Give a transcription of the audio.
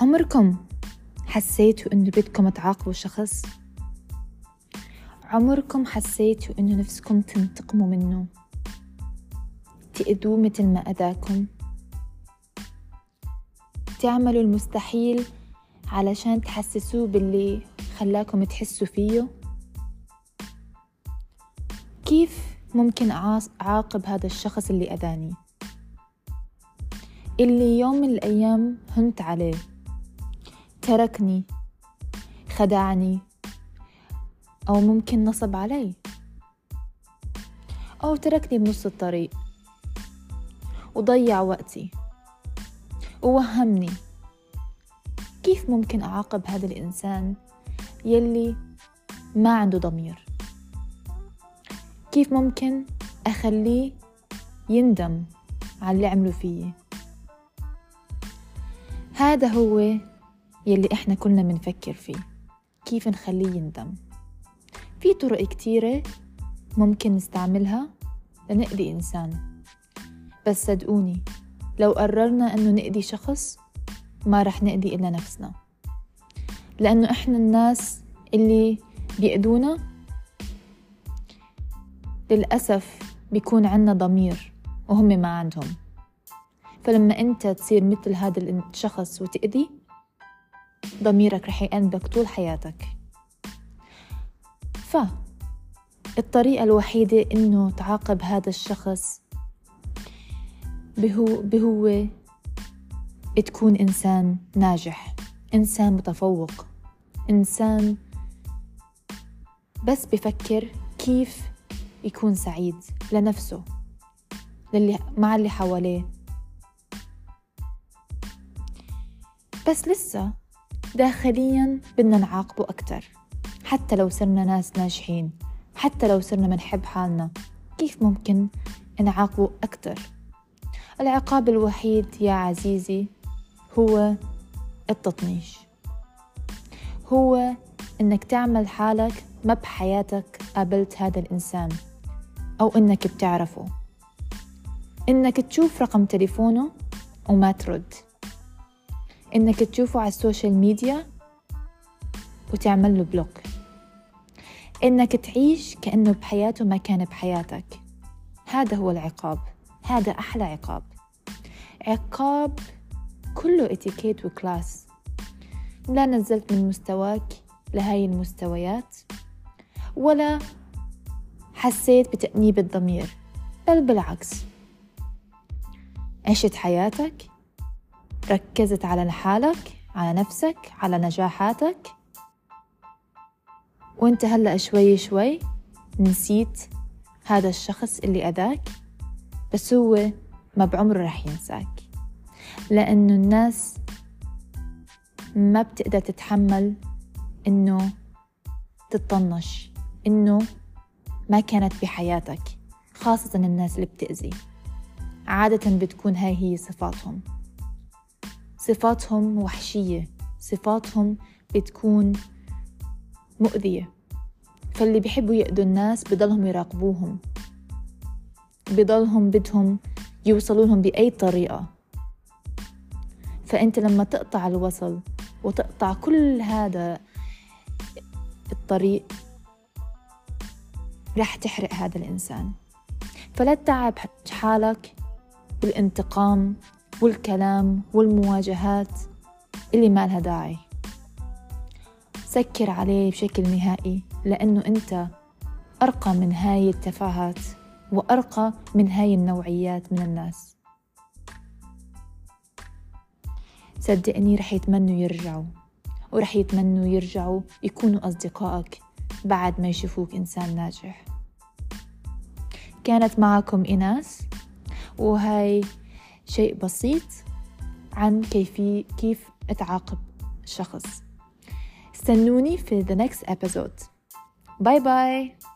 عمركم حسيتوا إنه بدكم تعاقبوا شخص؟ عمركم حسيتوا إنه نفسكم تنتقموا منه، تأذوه مثل ما أذاكم، تعملوا المستحيل علشان تحسسوه باللي خلاكم تحسوا فيه؟ كيف ممكن أعاقب هذا الشخص اللي أذاني، اللي يوم من الأيام هنت عليه، تركني، خدعني، أو ممكن نصب علي، أو تركني بنص الطريق وضيع وقتي ووهمني؟ كيف ممكن أعاقب هذا الإنسان يلي ما عنده ضمير؟ كيف ممكن أخليه يندم على اللي عمله فيه؟ هذا هو يلي إحنا كلنا منفكر فيه، كيف نخليه يندم. في طرق كتيرة ممكن نستعملها لنأذي إنسان، بس صدقوني لو قررنا أنه نأذي شخص ما رح نأذي إلا نفسنا، لأنه إحنا الناس اللي بيأذونا للأسف بيكون عنا ضمير وهم ما عندهم. فلما أنت تصير مثل هذا الشخص وتأذي، ضميرك رح يأنبك طول حياتك. فالطريقة الوحيدة إنه تعاقب هذا الشخص بهو تكون إنسان ناجح، إنسان متفوق، إنسان بس بفكر كيف يكون سعيد لنفسه مع اللي حواليه. بس لسه داخليا بدنا نعاقبه أكتر، حتى لو صرنا ناس ناجحين، حتى لو صرنا منحب حالنا، كيف ممكن نعاقبه أكتر؟ العقاب الوحيد يا عزيزي هو التطنيش، هو إنك تعمل حالك ما بحياتك قابلت هذا الإنسان، أو إنك بتعرفه، إنك تشوف رقم تليفونه وما ترد، إنك تشوفه على السوشيال ميديا وتعمل له بلوك، إنك تعيش كأنه بحياته ما كان بحياتك. هذا هو العقاب، هذا أحلى عقاب، عقاب كله اتيكيت وكلاس. لا نزلت من مستواك لهاي المستويات، ولا حسيت بتأنيب الضمير، بل بالعكس عشت حياتك، ركزت على حالك، على نفسك، على نجاحاتك، وانت هلأ شوي شوي نسيت هذا الشخص اللي أذاك، بس هو ما بعمره رح ينساك، لأنه الناس ما بتقدر تتحمل إنه تطنش، إنه ما كانت بحياتك، خاصة الناس اللي بتأذي. عادة بتكون هاي هي صفاتهم وحشية، صفاتهم بتكون مؤذية. فاللي بيحبوا يأذوا الناس بضلهم يراقبوهم، بضلهم بدهم يوصلوا لهم بأي طريقة. فأنت لما تقطع الوصل وتقطع كل هذا الطريق رح تحرق هذا الإنسان. فلا تتعب حالك بالانتقام والكلام والمواجهات اللي ما لها داعي. سكر عليه بشكل نهائي، لأنه أنت أرقى من هاي التفاهات وأرقى من هاي النوعيات من الناس. صدقني رح يتمنوا يرجعوا، ورح يتمنوا يرجعوا يكونوا أصدقائك بعد ما يشوفوك إنسان ناجح. كانت معكم إيناس، وهاي شيء بسيط عن كيف أتعاقب شخص. استنوني في the next episode. باي باي.